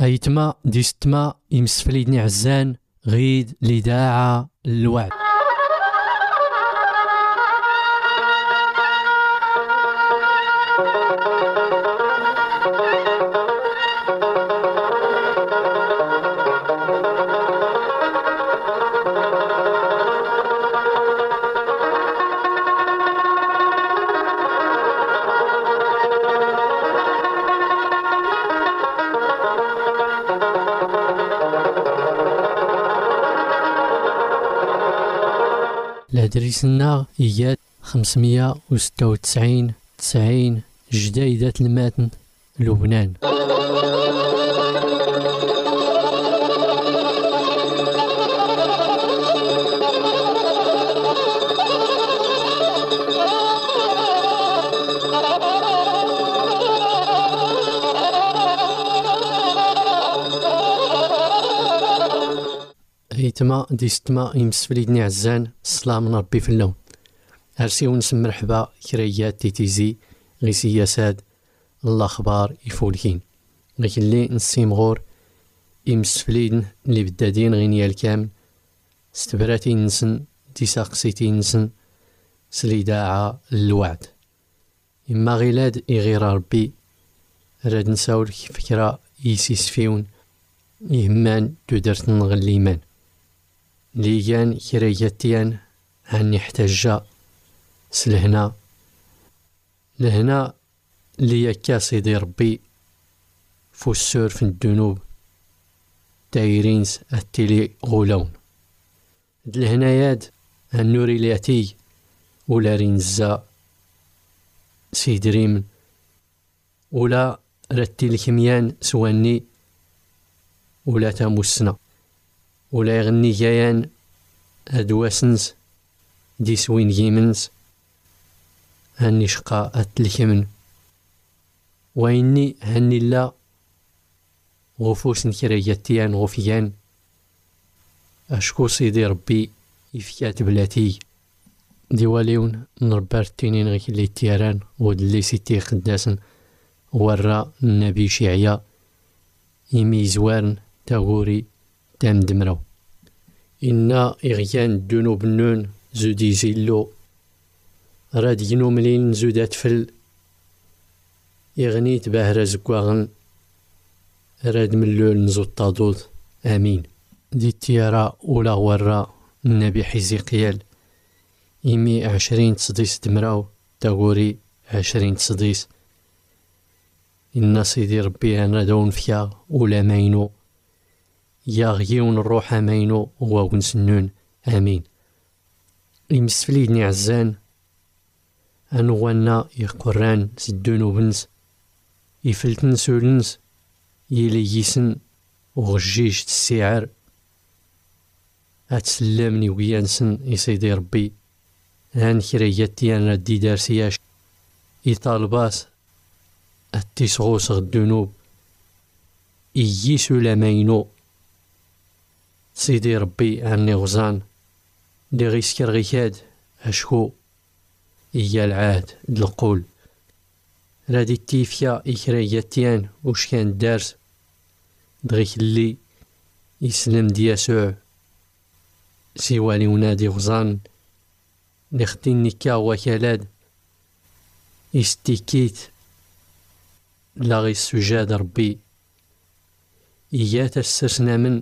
أيتما ديستما يمسفليدني عزان غيد لداعة الوعد. الهدريسنا إيات 596 جديدة الماتن لبنان. أيتما ديستما يمسفليدني عزان الصلاة من ربي في اللون. هرسي ونسم مرحبا كريات تيتيزي غي سياسات الله خبار يفولكين لكن اللي نسيم غور يمسفليدن اللي بدادين غينيا الكامل استبراتي نسن تيساقسيتي نسن سليداعة الوعد. إما غيلاد إغير ربي راد نساولك فكرة يسيسفيون يهمان تدرت نغليمان ليجان كرياتيان هاني احتجا سلهنا لهنا ليكا سيدي ربي فوسور في الدنوب دايرينس التيلي غولون لهناياد هنوري لياتي ولا رينزا سيدريم ولا رتي الكميان سواني ولا تاموسنا ولا يغني جايان هدواسنس دي سوين جيمنز هاني شقا أتلكمن وإني هاني لا غفوس نكرياتيان غفيان أشكو سيدي ربي يفكات بلاتي ديواليون نربارتينين غيك اللي تيران ودلي سيتي قداسن ورا النبي شيعيا يمي زوارن تاغوري تام دمرو إنا إغيان الدنوب النون زودي زيلو راد ينو ملين زودات فل يغني تباهر زكواغن راد ملول نزود طادوط آمين دي تيارا ولا ورا النبي حزقيال يمي 20 تصديس دمراو تاغوري 20 تصديس إنا سيدي ربي أنا دون فيا ولا ماينو يا غيون الروح ماينو وواون سنون آمين. يمسفليدني عزان أنوانا يقران سدونو بنس يفلتن سولنس يليسن وغجيج تسيعر أتسلمني ويانسن يسيدي ربي هان كرياتي أنا دي دارسياش يطالباس التسغوس الدنوب إيسو لماينو سيدي ربي عني غزان دي غيسكر غيكاد أشكو إيا العهد القول رادي التيفيا إكرياتيان وش كان دارس دغيك اللي يسلم دياسوع سيوالي ونادي غزان نختين نكا وكالاد استيكيت لاغي السجاد ربي إيات السرسنا من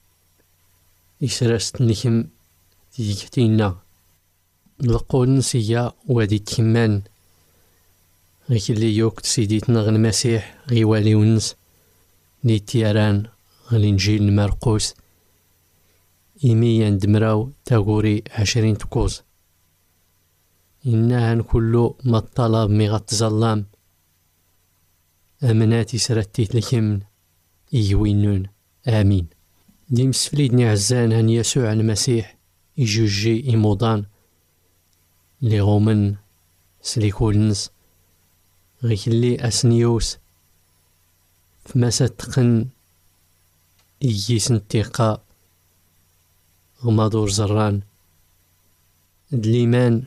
إسراست نكم تيكتينا القول نسيا وادي كمان غيك اللي يوكت سيديتنا غن المسيح غيوالي ونس نيتياران غالإنجيل المرقوس إيميا دمراو تاغوري 20 تكوز إنها كله ما الطلب ميغات ظلام أمناتي سرتيت لكم إيوينون آمين. ديم سفليدني عزان هن يسوع المسيح يجوجي إيموضان لي غومن سليكولنس غيك اللي أسنيوس فما ستقن إيسن تيقا غمادور زران دليمان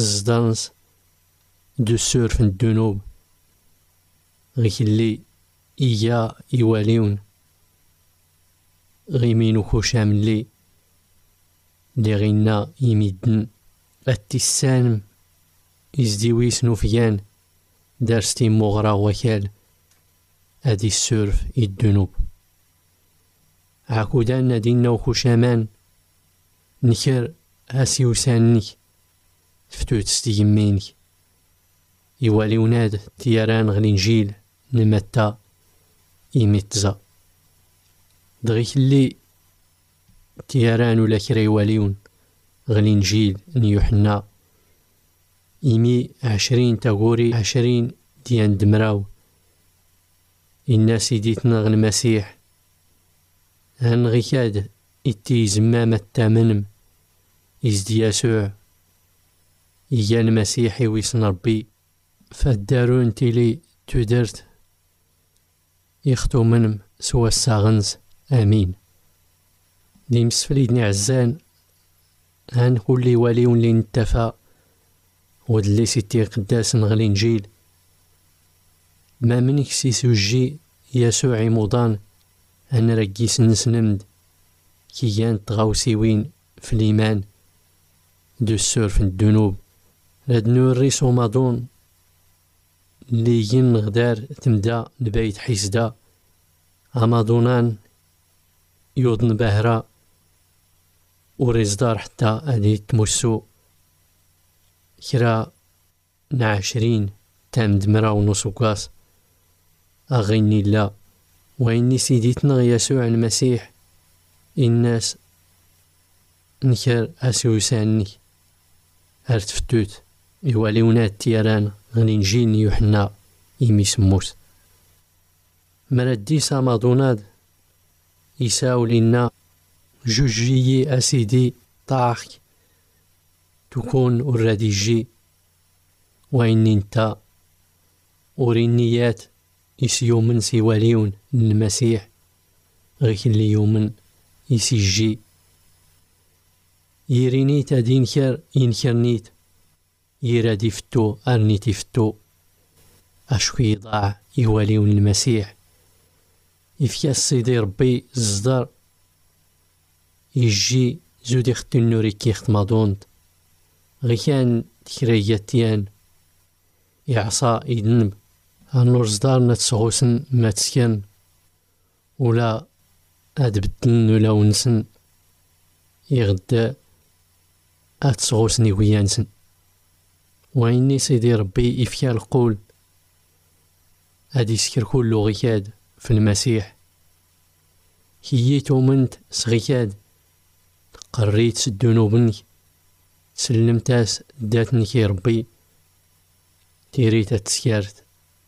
سزدانس دو سور في الدنوب غيك اللي إيا إيواليون غيمينو خوشام لي غينا يميدن التسانم إزديويس نوفيان دارستي مغرا وكال أدي السورف الدنوب عاكودان نادينا وخوشامان نكر هاسيوسانك فتوت ستيمينك يوالي وناد تياران غلينجيل نمتا يمتزا دغيك اللي تياران ولا كرا يواليون غلينجيل نيوحنا يمي 20 تاغوري 20 ديان دمراو الناس يديتنا المسيح هن غيكاد إتي زمام التامنم إزدي يسوع إيا المسيحي ويسن ربي فالدارون تيلي تدرت يختو منم سوا الساغنز آمين دي مسفليدني عزان هان كل واليون لي نتفا ودلي سيتي قداس نغلي نجيل ما منك سيسوجي يسوع موضان أن رقيس نسنمد كيان تغاوسيوين في الإيمان دو السورف الدنوب لاد نوري صومادون اللي ين غدار تمدا نبايت حيسدا أمادونان يوضن باهرا وريزدار حتى أدي تمسو كرا 20 تام دمرا ونص وكاس أغيني لا وإني سيديتنا يسوع المسيح الناس نكر أسوساني هرتفتوت يواليونات تيران غنينجين يوحنا إيمي سموس مردي سامادوناد يساو لنا جوجيي أسيدي طاخ تكون الرديجي وإني انت ورينيات يسيومن سيواليون المسيح غيك اللي يومن يسيجي يرينيت أدينكر ينكرنيت يرادي فتو أرنيتي فتو أشكي ضاع يواليون المسيح يفيا السيدي ربي الزدر يجي زودي ختو النوري كيخت مادونت غيكان تكرياتيان يعصى يدنب هنور زدار نتسغوسن ما تسكن ولا أدبتن ولا ونسن يغدا أتسغوسني ويانسن وإني سيدي ربي إفيا القول أدي سكر كل غياد في المسيح هيتو منت سغياد قريت سدنوبنك سلمتاس داتني كي ربي تيريت تسكارت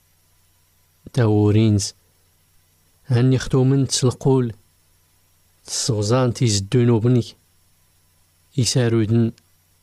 تاورينز هاني ختو من تسلقول تسغزان تيزدونو بنك يسارودن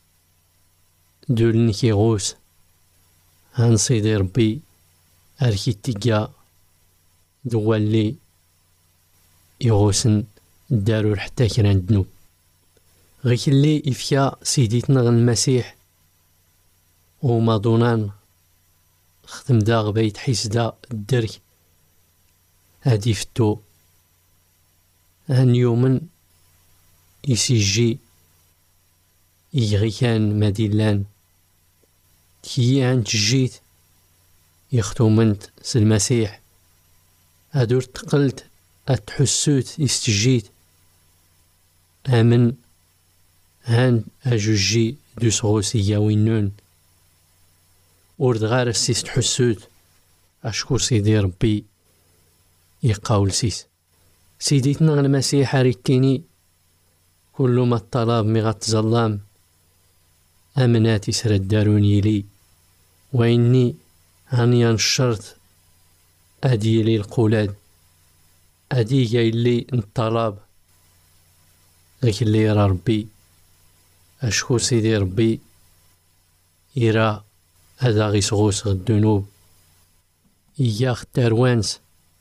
دولني كي غوس هان سيدي ربي أركي تيجا دوالي يغوسن دارو حتى كران دنوب غيك اللي إفيا سيديتنا المسيح ومادونان ختم داغ بيت حيس دا الدرك هادي فتو هان يومن يسيجي يغي كان مديلان كي هان تجيت يختو منت سلمسيح هادور تقلت أتحسوت يستجيت آمن هان أجوجي دوس غوسيا وينون ورد غار السيس تحسوت أشكر سيدي ربي يقاول سيس سيديتنا المسيح ريتيني كل ما الطلب مغات زلام أمناتي سرداروني لي وإني هاني نشرت أدي لي القولاد أدي جاي لي الطلب غيك اللي يرى ربي أشكر سيدي ربي يرى هذا غي صغوص الذنوب إياخ تاروانس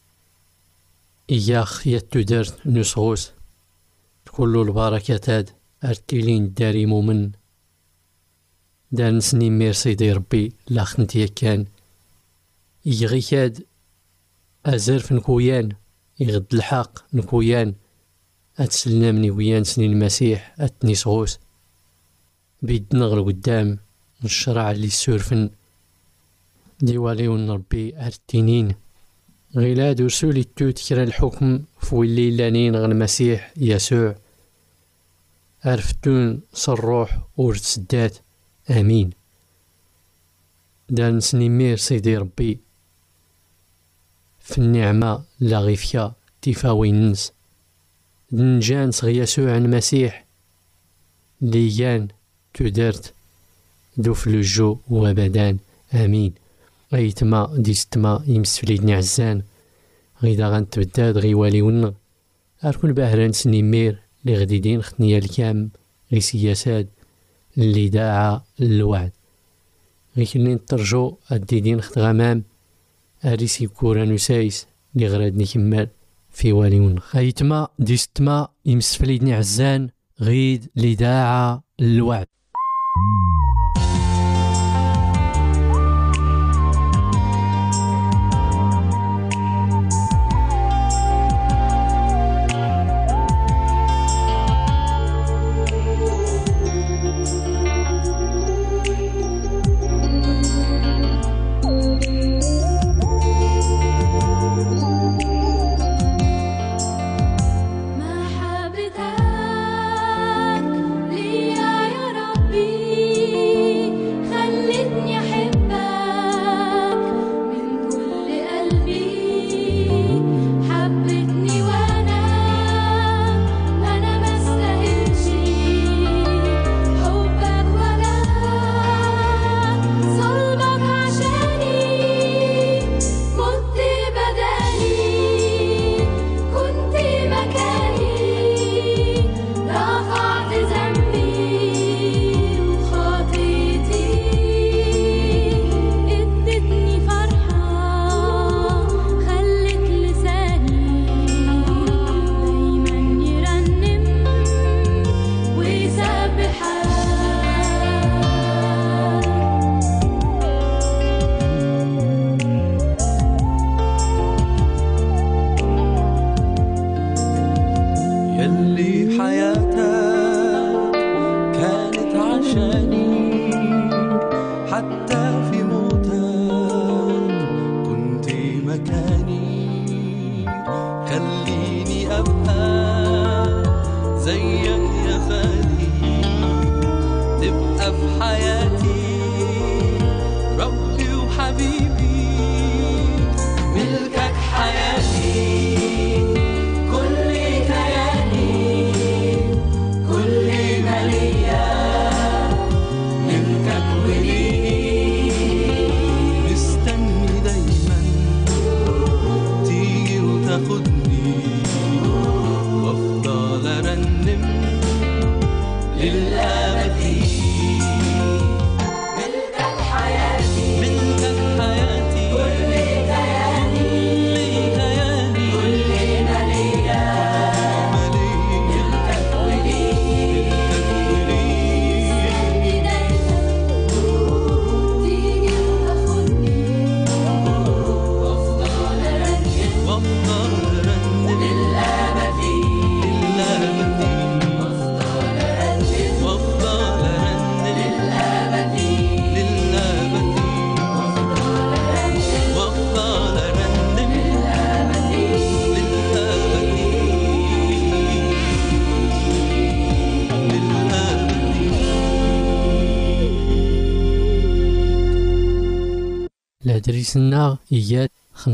إياخ يتو درت نصغوص كل البركات هاد أرتيلين داري مومن دانسني مير سيدي ربي لاخنتي كان يغي كاد أزرف نكويان يغد الحق نكويان أتسلمني ويان سنين المسيح أتنيسغوس بيد نغل قدام الشرع اللي سورفن ديوالي ونربي أرتينين غيلاد ورسولي التوت كرا الحكم فويلي لانين غ المسيح يسوع أرفتون صروح ورتسدات آمين. دان سنيمير سيدي ربي في النعمة لا غيفيا تيفاوينس دنجان صغي يسوع المسيح ليان تدرت دو فلوجو وابدان آمين. غيتما ديستما يمسفليدني عزان غيدا غنتبداد غيوالي ون أركون باهران سنيمير لي غديدين ختنيا الكام غي سياسات اللي داعا الوعد غيكلين نترجو الديدين خت غمام أريسي كورا نسايس لي غرادني كمال في والي ون غيتما ديستما يمسفليدني عزان غيد لي داعا الوعد. دريسنا إيات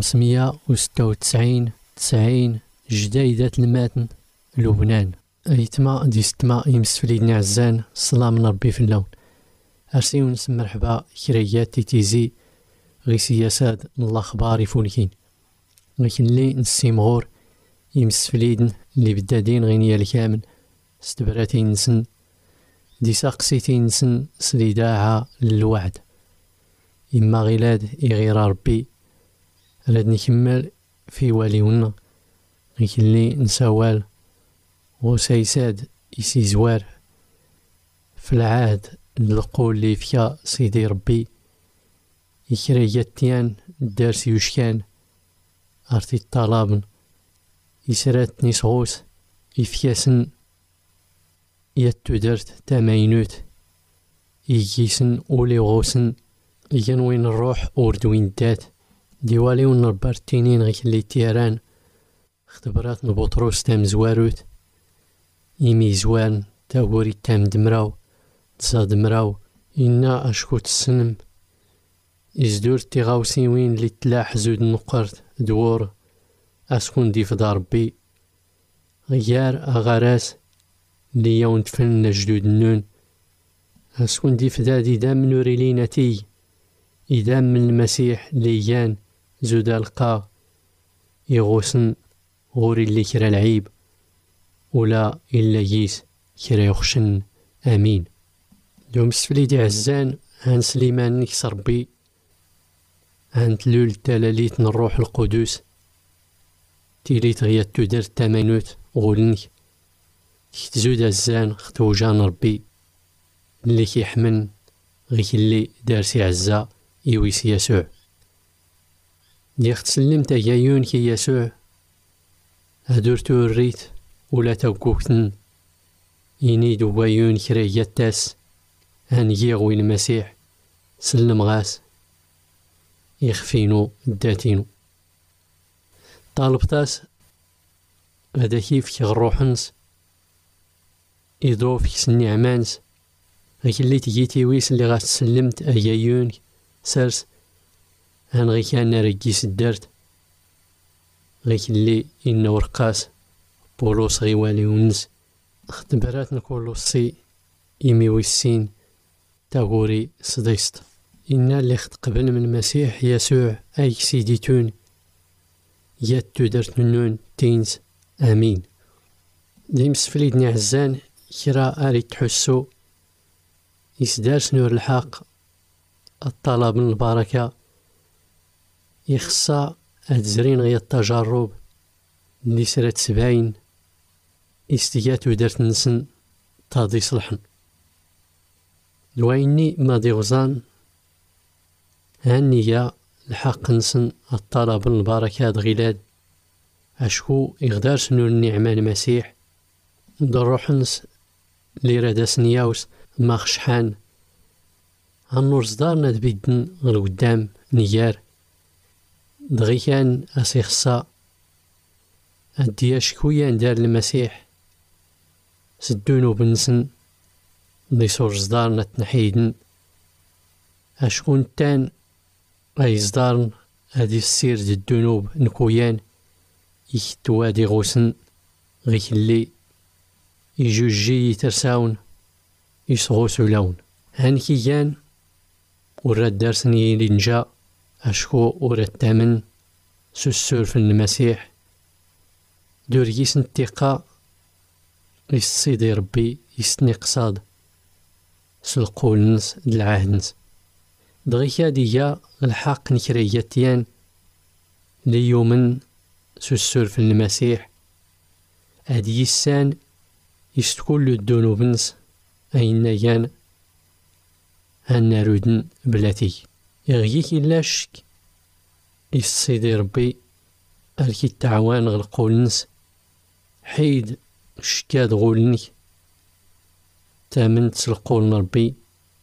596 90 جدايدات الماتن لبنان. أيتما ديستما يمسفليدني عزان الصلاة من ربي في اللون أرسي ونسم مرحبا كريات تيتيزي غي سياسات من الأخبار يفولكين لكن لي نسيمغور يمسفليدن اللي بدادين غينيا الكامل استبراتين نسن دي ساقسيتين نسن سليداعا للوعد إما غيلاد إغير ربي راد نكمل في واليونا غيكلي نسوال وسيساد يسي زوار في العهد نلقو اللي فيها سيدي ربي يكريات تيان دارس يوشكان أرتي الطلابن يسرات نيسغوس يفياسن يتو درت تامينوت يجيسن أولي غوسن ينوين الروح أوردوين دات ديوالي ونربارتينين غيك اللي تيران اختبرات نبوطروس تام زواروت يمي زوان تاغوري تام دمراو تصاد مراو إنا أشكوت السنم إزدور تيغاوسيوين اللي تلاح زود نقرت دور أسكن دي في داربي غيار أغاراس اللي يون تفن جدود النون أسكن دي في دادي دام نوري ليناتي إدام من المسيح ليان زود القا يغوسن غوري اللي كرا العيب ولا إلا ييس كرا يخشن آمين. دوم سفليدي عزان هان سليمان نكس ربي هان تلول تلاليت الروح القدس تيليت غيا تودر تامينوت غولنك تزود عزان ختوجان ربي اللي كيحمن غيك اللي دارسي عزا يويس يسوع ديخ تسلمت أجايون كي يسوع هدورتو الريت ولا توكوكتن ينيد وايون كرا تاس هان يغوي المسيح سلم غاس يخفينو داتينو طالبتاس هذا كيف يغروحنس يضوف يسني عمانس غيك اللي تجيتي ويس اللي غاس سلمت أجايون سارس هان غيك أنا رجيس الدرت غيك اللي إنا ورقاس بولوس غيوالي ونس اختبارات نقولو الصي إيمي ويسين تاغوري صديست إنا اللي قبل من المسيح يسوع أي سيديتون ياتو درت نون تينز آمين. ديم سفليدني عزان كرا أريد تحسو يسدارس نور الحق الطلب من البركة يخصى أتزرين غير التجارب اللي سرات 70 استياتو درت نسن تاضي صلحن دويني ما دي غزان هانية الحق نسن الطلب من البركة غلاد أشكو يغدار سنو النعمة المسيح دروح نس اللي رادا سنياوس ما خشحان هنور صدارنا دبيدن غير قدام نيار دغي كان أسي خصا أدي شكويا ندار المسيح سدونو بنسن اللي صور صدارنا تنحيدن أشكون تان أي صدارن هادي السير دي الدنوب نكويان يكتوادي غوسن غيك اللي يجوجي يترساون يصغوسو لون هانكي كان وراد دارسني لنجا أشكو وراد تامن سسور في المسيح دوريس الثقة يسيدي ربي يستني قصاد سلقولنس العهدنس دغيكا ديا الحق نكرياتيان ليومن سسور في المسيح هادي السان يستكل الدنوبنس أين يان هنرودن بلاتي يغيك إلا شك يسيدي ربي أركي التعوان غلقولنس حيد شكاد غولنك تامن تسلقولن ربي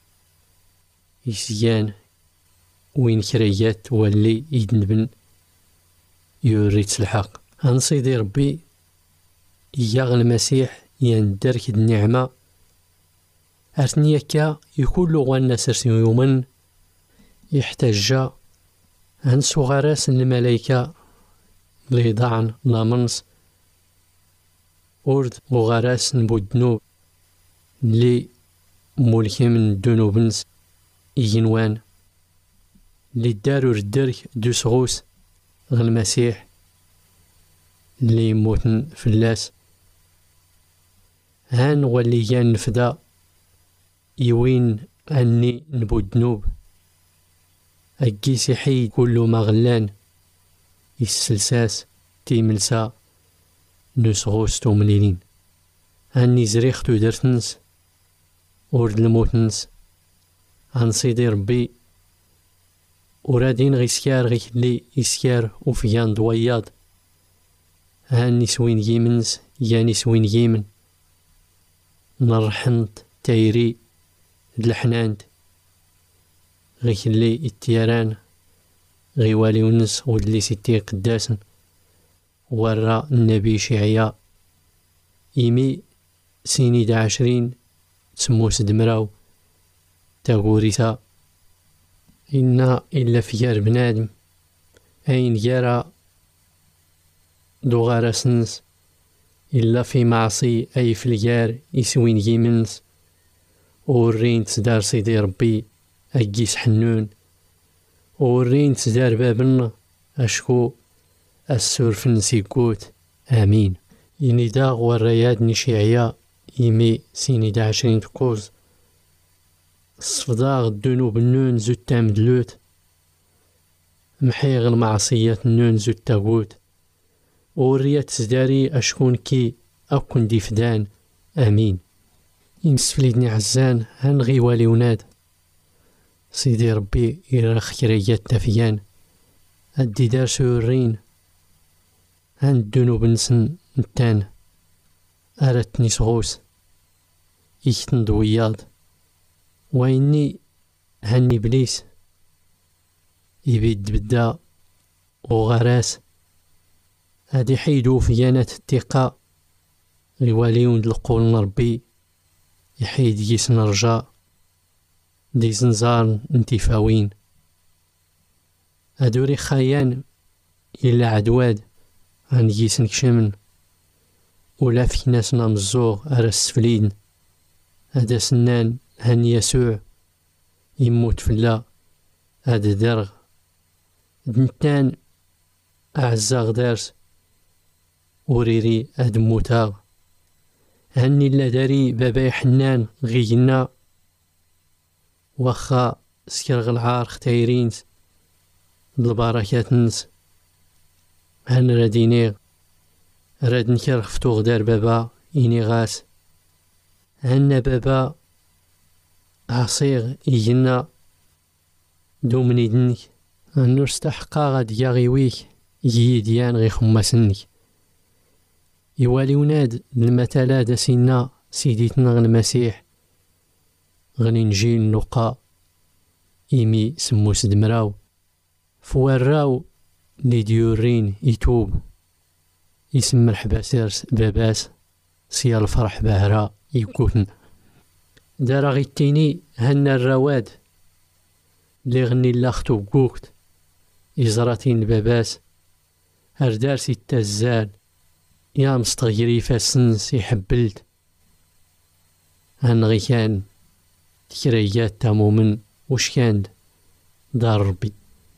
يسيان وين كريات واللي يدنبن يوريت الحق هنصيدي ربي ياغ المسيح يندرك النعمة أرتني يكا يكون لغوانا سرسي يومن يحتاج هنسو غراس الملايكة اللي ضاعن لامنس أورد وغراس نبودنوب اللي مولكي من الدنوبنس يجنوان اللي دارو ردرك دوسغوس غ المسيح اللي يموتن فلاس هان وليان نفدا يوين أني نبودنوب أكيس يحيد كل ما غلان يسلساس تيملسا نسغوس تومليلين هاني زريختو درتنس ورد الموتنس هنصيدي ربي ورادين غيسكار غيكلي يسكار وفيان دوياض هاني سوين يمنس ياني سوين يمن نرحنت تايري دلحنانت غيكلي التيران غيوالي ونس ودلي ستي قداسن ورا النبي شعيا إيمي سيني 20 تسمو سدمراو تاغوريتا إنا إلا فيار بنادم أين يرى دوغارا سنس إلا في معصي أي فليار يسوين يمنس ورين تدار سيدي ربي أجيس حنون ورين تدار بابنا أشكو السورف نسيكوت آمين إني داغ والرياد نشيعيا إيمي سيني 20 تقوز الصفداغ الدنوب النون زود تامدلوت محيغ المعصيات النون زود تاغوت وريات تزداري أشكون كي أكون ديفدان آمين يمسفليدني عزان هنغي والي وناد سيدي ربي يرخ كريات تافيان أدي دار سورين هن الدنوب نسن نتان أردتني صغوس إيكتن دوياض وإني هني بليس يبيد بدا وغراس هادي حيدو فيانات التقاء غيواليون دلقول ربي يحيد يسن رجاء دي زنزار انتفاوين هادوري خيان إلا عدواد عن يسن كشمن ولا في ناس نمزوغ أرس فلين هذا سنان هن يسوع يموت فلا هذا درغ دنتان أعزاغ دارس وريري هاد موتاغ هني لا داري باباي حنان غينا وخا سكرغ العار ختايرينس بالبركات نس هن رادينيغ راد نكر فتوغ دار بابا إني غاس هن بابا عصيغ يجينا دومني دنك أنو استحقا غاد يغيويك يديان غي خماسنك يوالي وناد المثلا دا سينا سيديتنا غن المسيح غني نجي نلقى إيمي سمو سدمراو فوراو لي ديورين يتوب يسم مرحبا سيرس باباس سيا الفرح باهرا يكوتن دارا غيتيني هنا الرواد لي غني لاختو بكوكت إزراتين باباس هردار سيتا الزال يا مستغيري فاسنس يحبلت هنغي كان تكريات تامومن وش كان دار ربي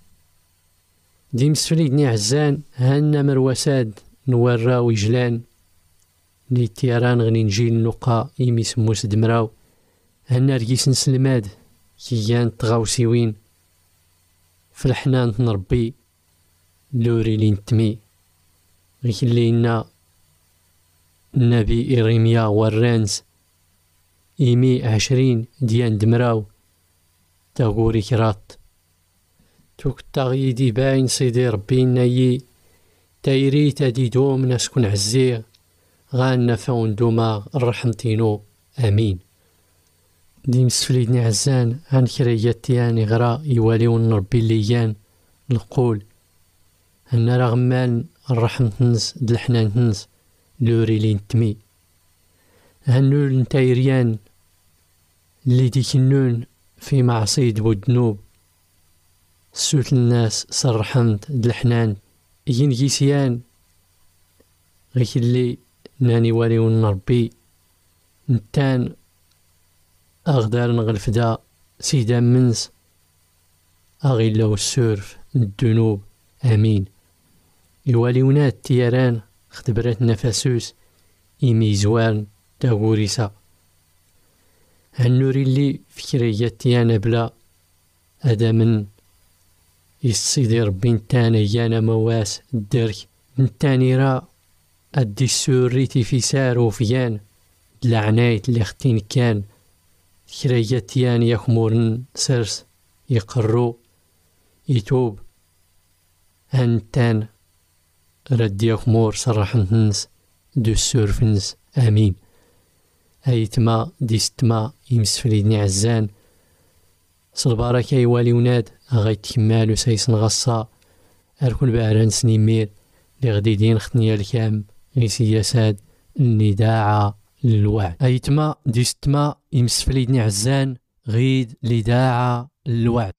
دي مسفليدني عزان هنا مروساد نورا ويجلان لي تيران غني نجي نلقى إيمي سمو سدمراو هنا رقيس نسلماد كيان تغاوسيوين في الحنان نربي لوري لي نتمي غيكلينا النبي إريميا والرانس إيمي 20 ديان دمراو تاغوري كرات توك تغيدي باين سيدي ربي نايي تايري تادي دوم ناسكن عزيغ غانا فون دوما الرحمتينو آمين دي مسفليدني عزان عن كريات تياني غرا يواليون ربي الليان نقول هنا رغمان الرحمة نس دلحنان نس لوري لي نتمي هنول نتايريان اللي ديكنون في معصيد بودنوب سوت الناس صرحمت دلحنان ين جيسيان غيك اللي ناني واليون ربي نتان أغدار نغلفدا سيدا منس أغيلو السورف الدنوب آمين يواليونات تياران اختبرت نفسوس إيمي زوارن تاغوريسا هنوري اللي فكريات تيانا بلا أدامن يسيدي ربي نتانا يانا مواس الدرك نتاني را أدي السوريتي في سار وفيان دلعنايت اللي اختين كان كريات تيان يخمورن سرس يقرو يتوب هانتان ردي أخمور صرح نتنس دو السورفنس آمين. أيتما ديستما يمسفليدني عزان صلبارك أيوالي وناد أغايت كمالو سيسن غصا أركن بعران سنيمير لغديدين ختنيا الكام سياسات النداعة للوعد. أيتما ديستما يمسفليدني عزان غيد لداعة للوعد.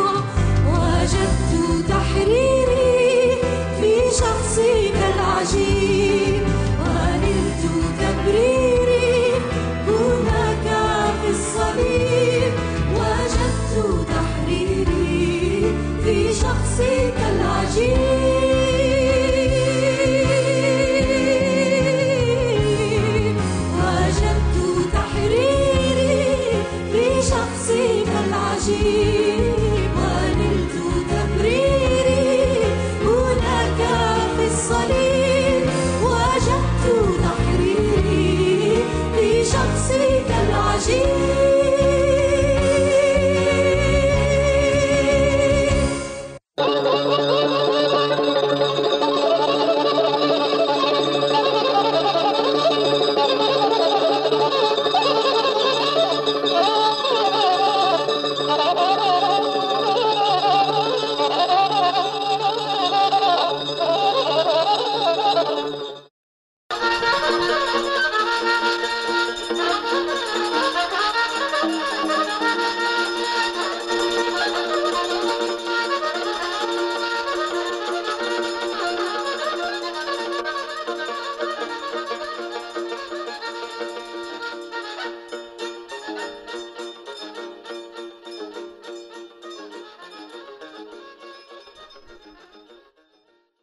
وجدت تحريري في شخصك العجيب